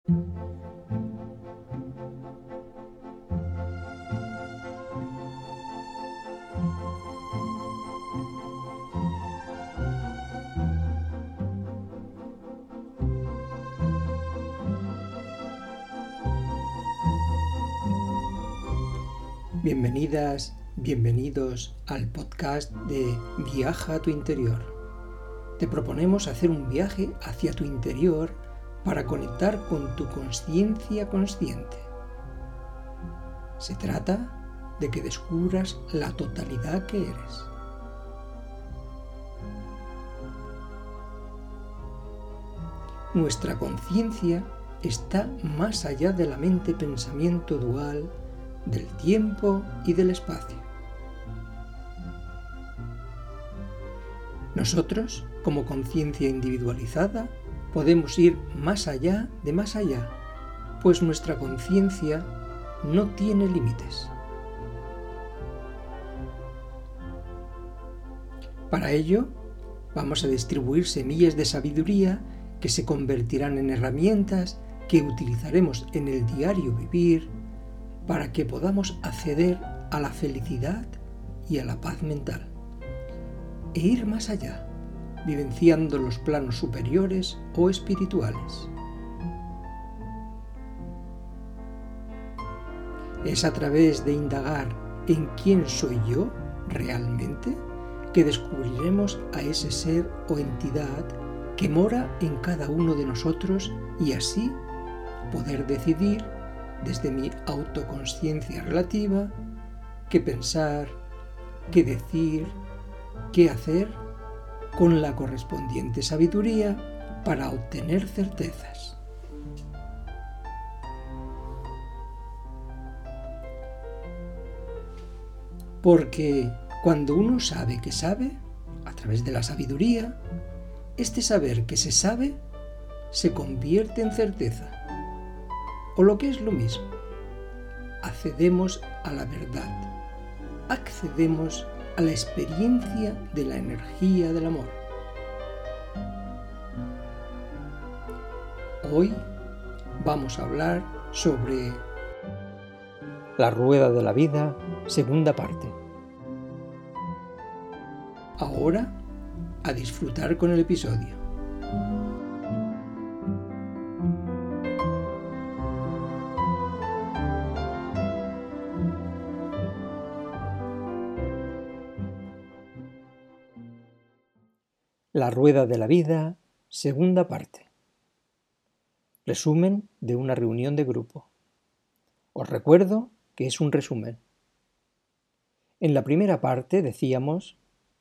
Bienvenidas, bienvenidos al podcast de Viaja a tu interior. Te proponemos hacer un viaje hacia tu interior para conectar con tu conciencia consciente. Se trata de que descubras la totalidad que eres. Nuestra conciencia está más allá de la mente-pensamiento dual, del tiempo y del espacio. Nosotros, como conciencia individualizada, podemos ir más allá de más allá, pues nuestra conciencia no tiene límites. Para ello, vamos a distribuir semillas de sabiduría que se convertirán en herramientas que utilizaremos en el diario vivir para que podamos acceder a la felicidad y a la paz mental, e ir más allá, vivenciando los planos superiores o espirituales. Es a través de indagar en quién soy yo realmente que descubriremos a ese ser o entidad que mora en cada uno de nosotros y así poder decidir desde mi autoconsciencia relativa, qué pensar, qué decir, qué hacer, con la correspondiente sabiduría para obtener certezas. Porque cuando uno sabe que sabe, a través de la sabiduría, este saber que se sabe se convierte en certeza. O lo que es lo mismo, accedemos a la verdad, accedemos a la experiencia de la energía del amor. Hoy vamos a hablar sobre la rueda de la vida, segunda parte. Ahora, a disfrutar con el episodio. La rueda de la vida, segunda parte. Resumen de una reunión de grupo. Os recuerdo que es un resumen. En la primera parte decíamos: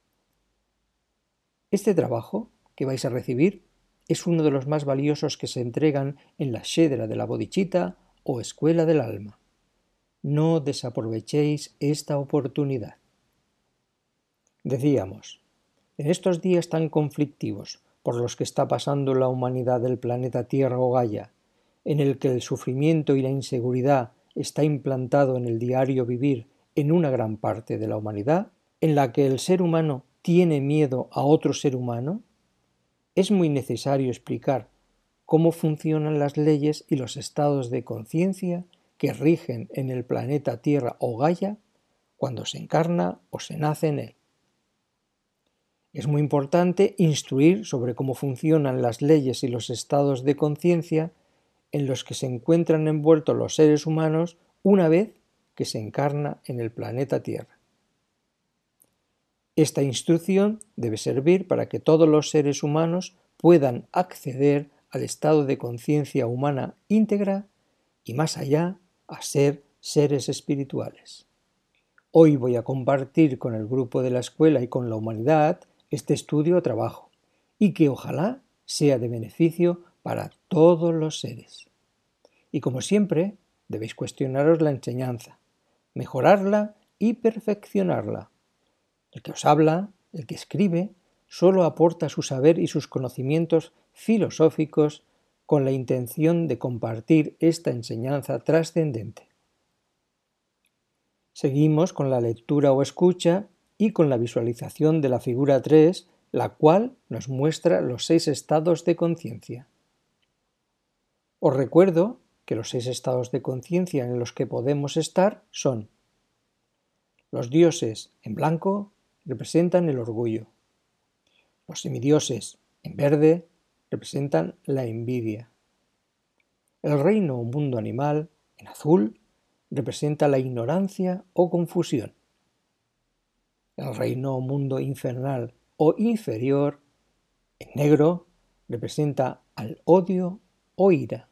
este trabajo que vais a recibir es uno de los más valiosos que se entregan en la Shedra de la Bodhicitta o Escuela del Alma. No desaprovechéis esta oportunidad. Decíamos: en estos días tan conflictivos por los que está pasando la humanidad del planeta Tierra o Gaia, en el que el sufrimiento y la inseguridad está implantado en el diario vivir en una gran parte de la humanidad, en la que el ser humano tiene miedo a otro ser humano, es muy necesario explicar cómo funcionan las leyes y los estados de conciencia que rigen en el planeta Tierra o Gaia cuando se encarna o se nace en él. Es muy importante instruir sobre cómo funcionan las leyes y los estados de conciencia en los que se encuentran envueltos los seres humanos una vez que se encarna en el planeta Tierra. Esta instrucción debe servir para que todos los seres humanos puedan acceder al estado de conciencia humana íntegra y más allá a ser seres espirituales. Hoy voy a compartir con el grupo de la escuela y con la humanidad este estudio o trabajo, y que ojalá sea de beneficio para todos los seres. Y como siempre, debéis cuestionaros la enseñanza, mejorarla y perfeccionarla. El que os habla, el que escribe, solo aporta su saber y sus conocimientos filosóficos con la intención de compartir esta enseñanza trascendente. Seguimos con la lectura o escucha y con la visualización de la figura 3, la cual nos muestra los 6 estados de conciencia. Os recuerdo que los 6 estados de conciencia en los que podemos estar son: los dioses en blanco representan el orgullo. Los semidioses en verde representan la envidia. El reino o mundo animal en azul representa la ignorancia o confusión. El reino o mundo infernal o inferior en negro representa al odio o ira.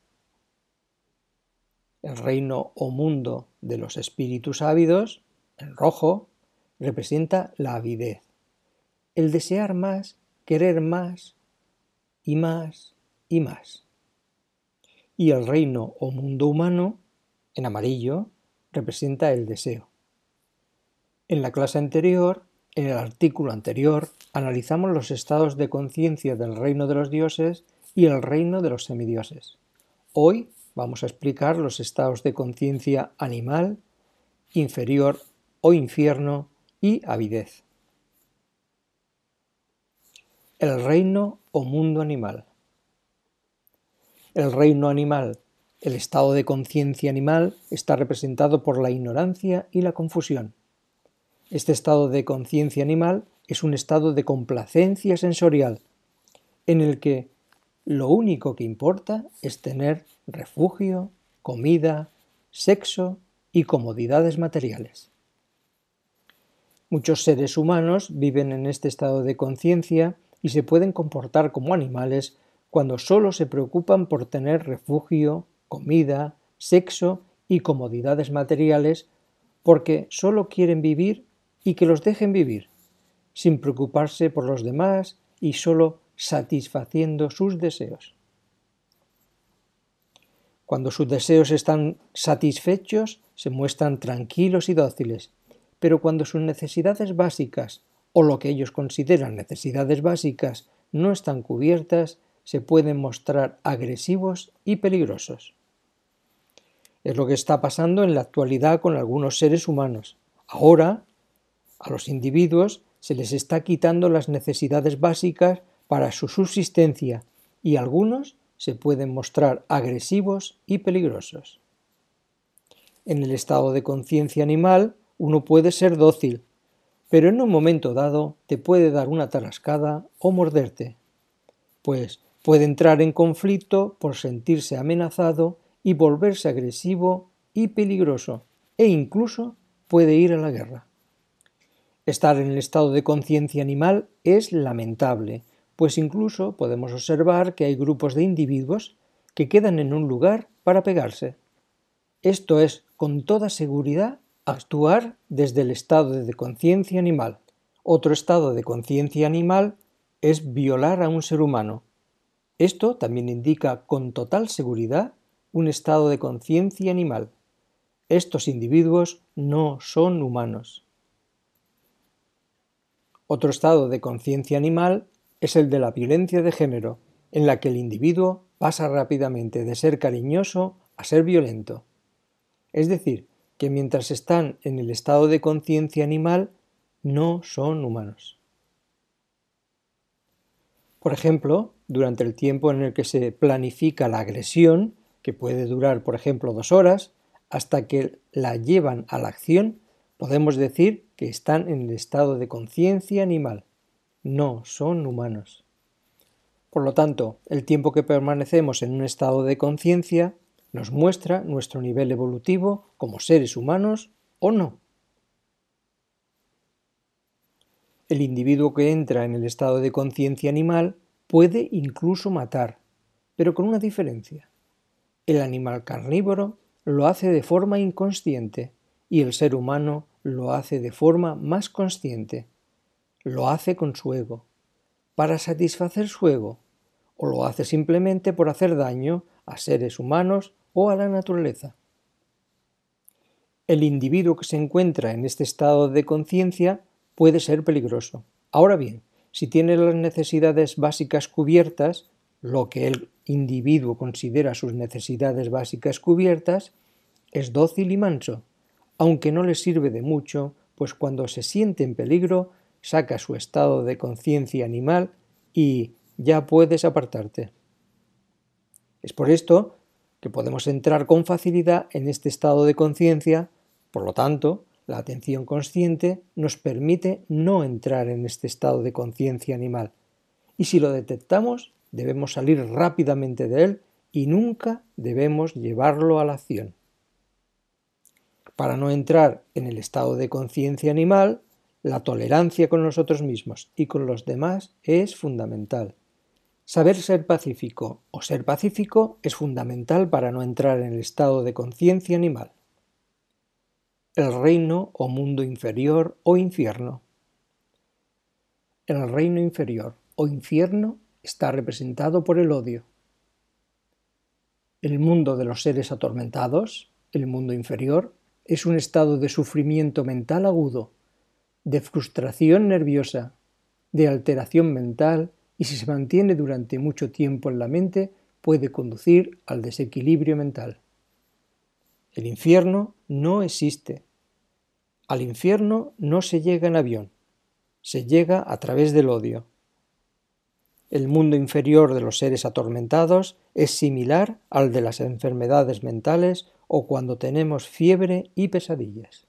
El reino o mundo de los espíritus ávidos, en rojo, representa la avidez, el desear más, querer más y más y más. Y el reino o mundo humano, en amarillo, representa el deseo. En la clase anterior, en el artículo anterior, analizamos los estados de conciencia del reino de los dioses y el reino de los semidioses. Hoy vamos a explicar los estados de conciencia animal, inferior o infierno y avidez. El reino o mundo animal. El reino animal, el estado de conciencia animal, está representado por la ignorancia y la confusión. Este estado de conciencia animal es un estado de complacencia sensorial, en el que lo único que importa es tener refugio, comida, sexo y comodidades materiales. Muchos seres humanos viven en este estado de conciencia y se pueden comportar como animales cuando solo se preocupan por tener refugio, comida, sexo y comodidades materiales, porque solo quieren vivir y que los dejen vivir, sin preocuparse por los demás y solo satisfaciendo sus deseos. Cuando sus deseos están satisfechos, se muestran tranquilos y dóciles, pero cuando sus necesidades básicas, o lo que ellos consideran necesidades básicas, no están cubiertas, se pueden mostrar agresivos y peligrosos. Es lo que está pasando en la actualidad con algunos seres humanos. Ahora, a los individuos se les está quitando las necesidades básicas para su subsistencia y algunos se pueden mostrar agresivos y peligrosos. En el estado de conciencia animal uno puede ser dócil, pero en un momento dado te puede dar una tarascada o morderte, pues puede entrar en conflicto por sentirse amenazado y volverse agresivo y peligroso, e incluso puede ir a la guerra. Estar en el estado de conciencia animal es lamentable, pues incluso podemos observar que hay grupos de individuos que quedan en un lugar para pegarse. Esto es, con toda seguridad, actuar desde el estado de conciencia animal. Otro estado de conciencia animal es violar a un ser humano. Esto también indica con total seguridad un estado de conciencia animal. Estos individuos no son humanos. Otro estado de conciencia animal es el de la violencia de género, en la que el individuo pasa rápidamente de ser cariñoso a ser violento. Es decir, que mientras están en el estado de conciencia animal, no son humanos. Por ejemplo, durante el tiempo en el que se planifica la agresión, que puede durar, por ejemplo, 2 horas, hasta que la llevan a la acción, podemos decir que están en el estado de conciencia animal. No son humanos. Por lo tanto, el tiempo que permanecemos en un estado de conciencia nos muestra nuestro nivel evolutivo como seres humanos o no. El individuo que entra en el estado de conciencia animal puede incluso matar, pero con una diferencia. El animal carnívoro lo hace de forma inconsciente y el ser humano lo hace de forma más consciente. Lo hace con su ego, para satisfacer su ego, o lo hace simplemente por hacer daño a seres humanos o a la naturaleza. El individuo que se encuentra en este estado de conciencia puede ser peligroso. Ahora bien, si tiene las necesidades básicas cubiertas, lo que el individuo considera sus necesidades básicas cubiertas, es dócil y manso, aunque no le sirve de mucho, pues cuando se siente en peligro, saca su estado de conciencia animal y ya puedes apartarte. Es por esto que podemos entrar con facilidad en este estado de conciencia. Por lo tanto, la atención consciente nos permite no entrar en este estado de conciencia animal. Y si lo detectamos, debemos salir rápidamente de él y nunca debemos llevarlo a la acción. Para no entrar en el estado de conciencia animal, la tolerancia con nosotros mismos y con los demás es fundamental. Saber ser pacífico o ser pacífico es fundamental para no entrar en el estado de conciencia animal. El reino o mundo inferior o infierno. El reino inferior o infierno está representado por el odio. El mundo de los seres atormentados, el mundo inferior, es un estado de sufrimiento mental agudo, de frustración nerviosa, de alteración mental, y si se mantiene durante mucho tiempo en la mente puede conducir al desequilibrio mental. El infierno no existe. Al infierno no se llega en avión, se llega a través del odio. El mundo inferior de los seres atormentados es similar al de las enfermedades mentales o cuando tenemos fiebre y pesadillas.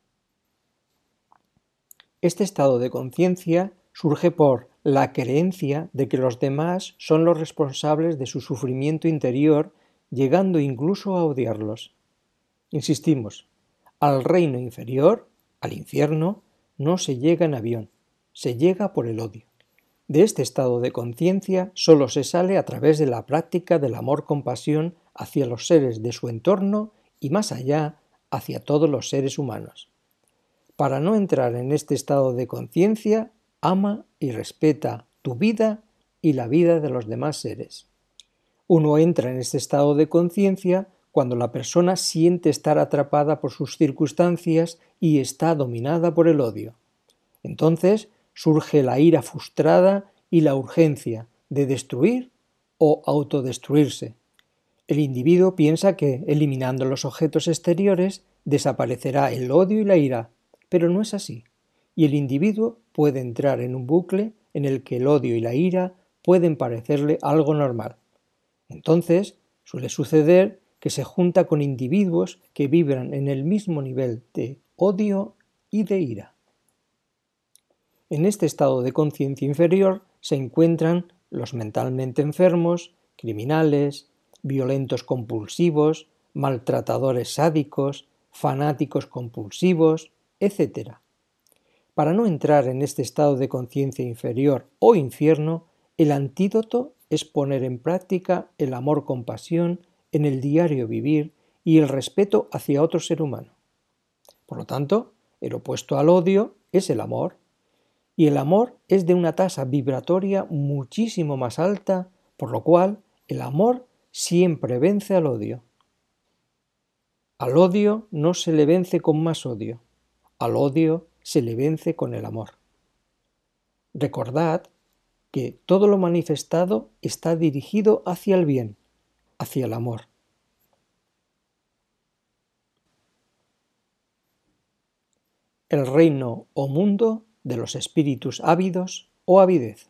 Este estado de conciencia surge por la creencia de que los demás son los responsables de su sufrimiento interior, llegando incluso a odiarlos. Insistimos, al reino inferior, al infierno, no se llega en avión, se llega por el odio. De este estado de conciencia solo se sale a través de la práctica del amor-compasión hacia los seres de su entorno y más allá, hacia todos los seres humanos. Para no entrar en este estado de conciencia, ama y respeta tu vida y la vida de los demás seres. Uno entra en este estado de conciencia cuando la persona siente estar atrapada por sus circunstancias y está dominada por el odio. Entonces surge la ira frustrada y la urgencia de destruir o autodestruirse. El individuo piensa que, eliminando los objetos exteriores, desaparecerá el odio y la ira, pero no es así, y el individuo puede entrar en un bucle en el que el odio y la ira pueden parecerle algo normal. Entonces, suele suceder que se junta con individuos que vibran en el mismo nivel de odio y de ira. En este estado de conciencia inferior se encuentran los mentalmente enfermos, criminales, violentos compulsivos, maltratadores sádicos, fanáticos compulsivos, etc. Para no entrar en este estado de conciencia inferior o infierno, el antídoto es poner en práctica el amor-compasión en el diario vivir y el respeto hacia otro ser humano. Por lo tanto, el opuesto al odio es el amor, y el amor es de una tasa vibratoria muchísimo más alta, por lo cual el amor siempre vence al odio. Al odio no se le vence con más odio, al odio se le vence con el amor. Recordad que todo lo manifestado está dirigido hacia el bien, hacia el amor. El reino o mundo de los espíritus ávidos o avidez.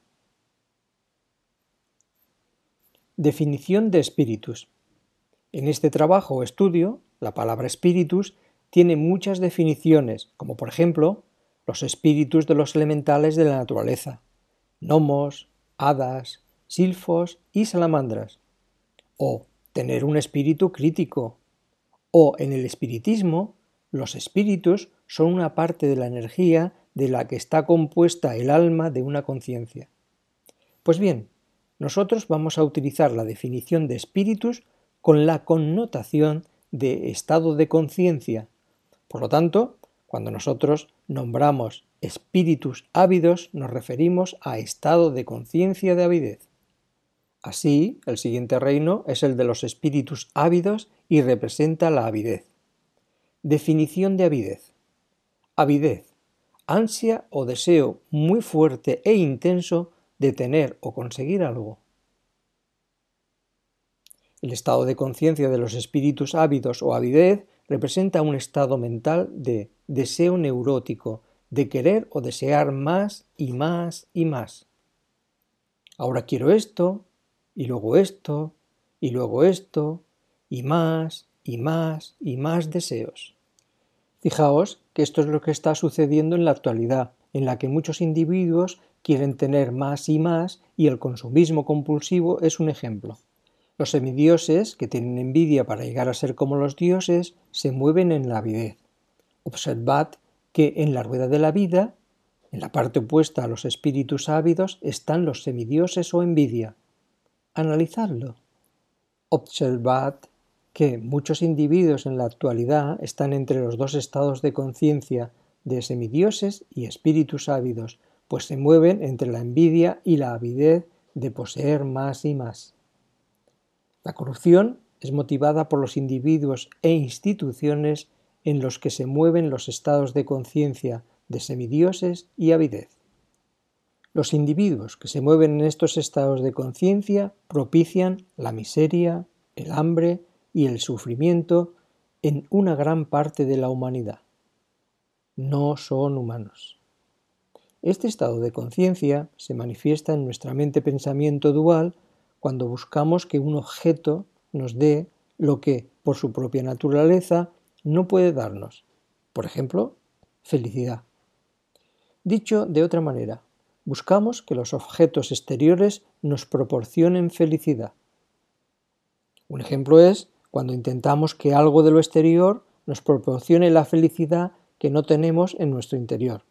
Definición de espíritus. En este trabajo o estudio, la palabra espíritus tiene muchas definiciones, como por ejemplo, los espíritus de los elementales de la naturaleza, gnomos, hadas, silfos y salamandras, o tener un espíritu crítico, o en el espiritismo, los espíritus son una parte de la energía de la que está compuesta el alma de una conciencia. Pues bien, nosotros vamos a utilizar la definición de espíritus con la connotación de estado de conciencia. Por lo tanto, cuando nosotros nombramos espíritus ávidos, nos referimos a estado de conciencia de avidez. Así, el siguiente reino es el de los espíritus ávidos y representa la avidez. Definición de avidez. Avidez, ansia o deseo muy fuerte e intenso de tener o conseguir algo. El estado de conciencia de los espíritus ávidos o avidez representa un estado mental de deseo neurótico, de querer o desear más y más y más. Ahora quiero esto, y luego esto, y luego esto, y más y más y más deseos. Fijaos que esto es lo que está sucediendo en la actualidad, en la que muchos individuos quieren tener más y el consumismo compulsivo es un ejemplo. Los semidioses, que tienen envidia para llegar a ser como los dioses, se mueven en la avidez. Observad que en la rueda de la vida, en la parte opuesta a los espíritus ávidos, están los semidioses o envidia. Analizadlo. Observad que muchos individuos en la actualidad están entre los dos estados de conciencia de semidioses y espíritus ávidos, pues se mueven entre la envidia y la avidez de poseer más y más. La corrupción es motivada por los individuos e instituciones en los que se mueven los estados de conciencia de semidioses y avidez. Los individuos que se mueven en estos estados de conciencia propician la miseria, el hambre y el sufrimiento en una gran parte de la humanidad. No son humanos. Este estado de conciencia se manifiesta en nuestra mente-pensamiento dual cuando buscamos que un objeto nos dé lo que, por su propia naturaleza, no puede darnos. Por ejemplo, felicidad. Dicho de otra manera, buscamos que los objetos exteriores nos proporcionen felicidad. Un ejemplo es cuando intentamos que algo de lo exterior nos proporcione la felicidad que no tenemos en nuestro interior.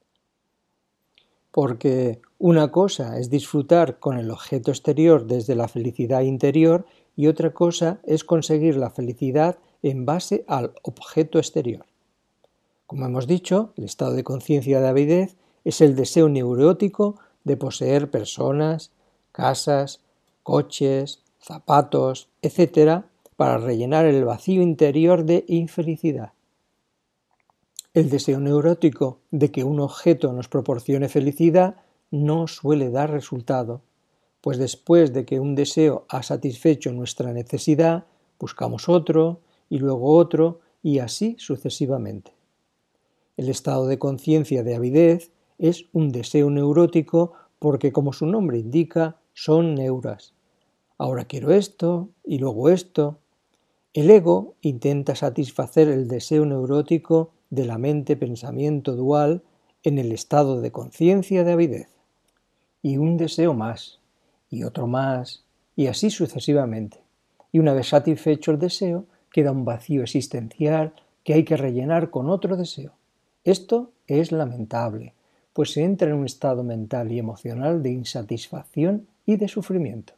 Porque una cosa es disfrutar con el objeto exterior desde la felicidad interior y otra cosa es conseguir la felicidad en base al objeto exterior. Como hemos dicho, el estado de conciencia de avidez es el deseo neurótico de poseer personas, casas, coches, zapatos, etc., para rellenar el vacío interior de infelicidad. El deseo neurótico de que un objeto nos proporcione felicidad no suele dar resultado, pues después de que un deseo ha satisfecho nuestra necesidad, buscamos otro y luego otro y así sucesivamente. El estado de conciencia de avidez es un deseo neurótico porque, como su nombre indica, son neuras. Ahora quiero esto y luego esto. El ego intenta satisfacer el deseo neurótico de la mente-pensamiento dual en el estado de conciencia de avidez. Y un deseo más, y otro más, y así sucesivamente. Y una vez satisfecho el deseo, queda un vacío existencial que hay que rellenar con otro deseo. Esto es lamentable, pues se entra en un estado mental y emocional de insatisfacción y de sufrimiento.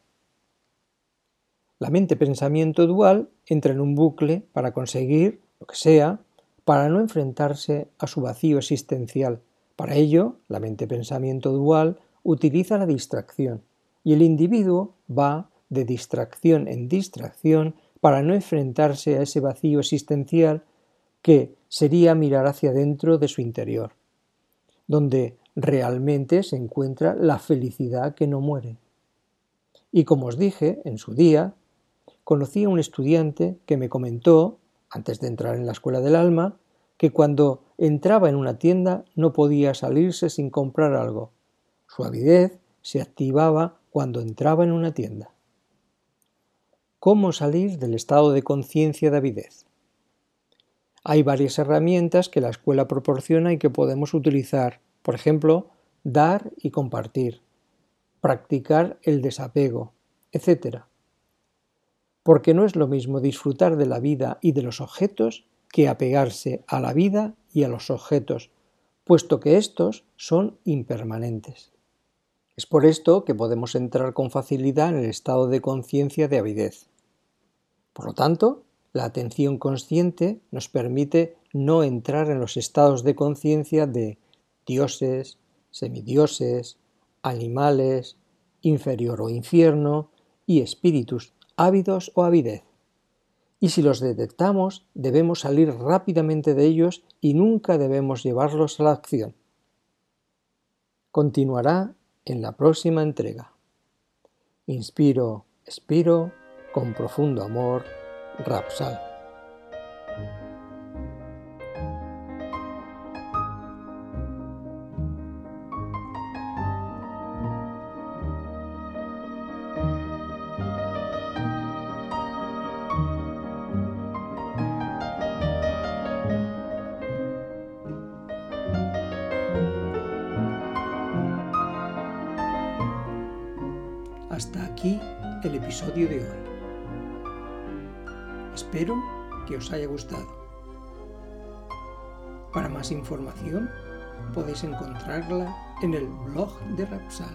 La mente-pensamiento dual entra en un bucle para conseguir lo que sea, para no enfrentarse a su vacío existencial. Para ello, la mente-pensamiento dual utiliza la distracción y el individuo va de distracción en distracción para no enfrentarse a ese vacío existencial que sería mirar hacia dentro de su interior, donde realmente se encuentra la felicidad que no muere. Y como os dije en su día, conocí a un estudiante que me comentó, antes de entrar en la escuela del alma, que cuando entraba en una tienda no podía salirse sin comprar algo. Su avidez se activaba cuando entraba en una tienda. ¿Cómo salir del estado de conciencia de avidez? Hay varias herramientas que la escuela proporciona y que podemos utilizar. Por ejemplo, dar y compartir, practicar el desapego, etc. Porque no es lo mismo disfrutar de la vida y de los objetos que apegarse a la vida y a los objetos, puesto que estos son impermanentes. Es por esto que podemos entrar con facilidad en el estado de conciencia de avidez. Por lo tanto, la atención consciente nos permite no entrar en los estados de conciencia de dioses, semidioses, animales, inferior o infierno y espíritus ávidos o avidez. Y si los detectamos, debemos salir rápidamente de ellos y nunca debemos llevarlos a la acción. Continuará en la próxima entrega. Inspiro, expiro, con profundo amor, Rapsal. el episodio de hoy. Espero que os haya gustado. Para más información podéis encontrarla en el blog de Rapsal.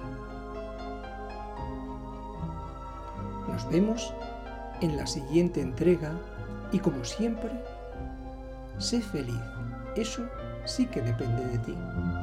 Nos vemos en la siguiente entrega y, como siempre, sé feliz. Eso sí que depende de ti.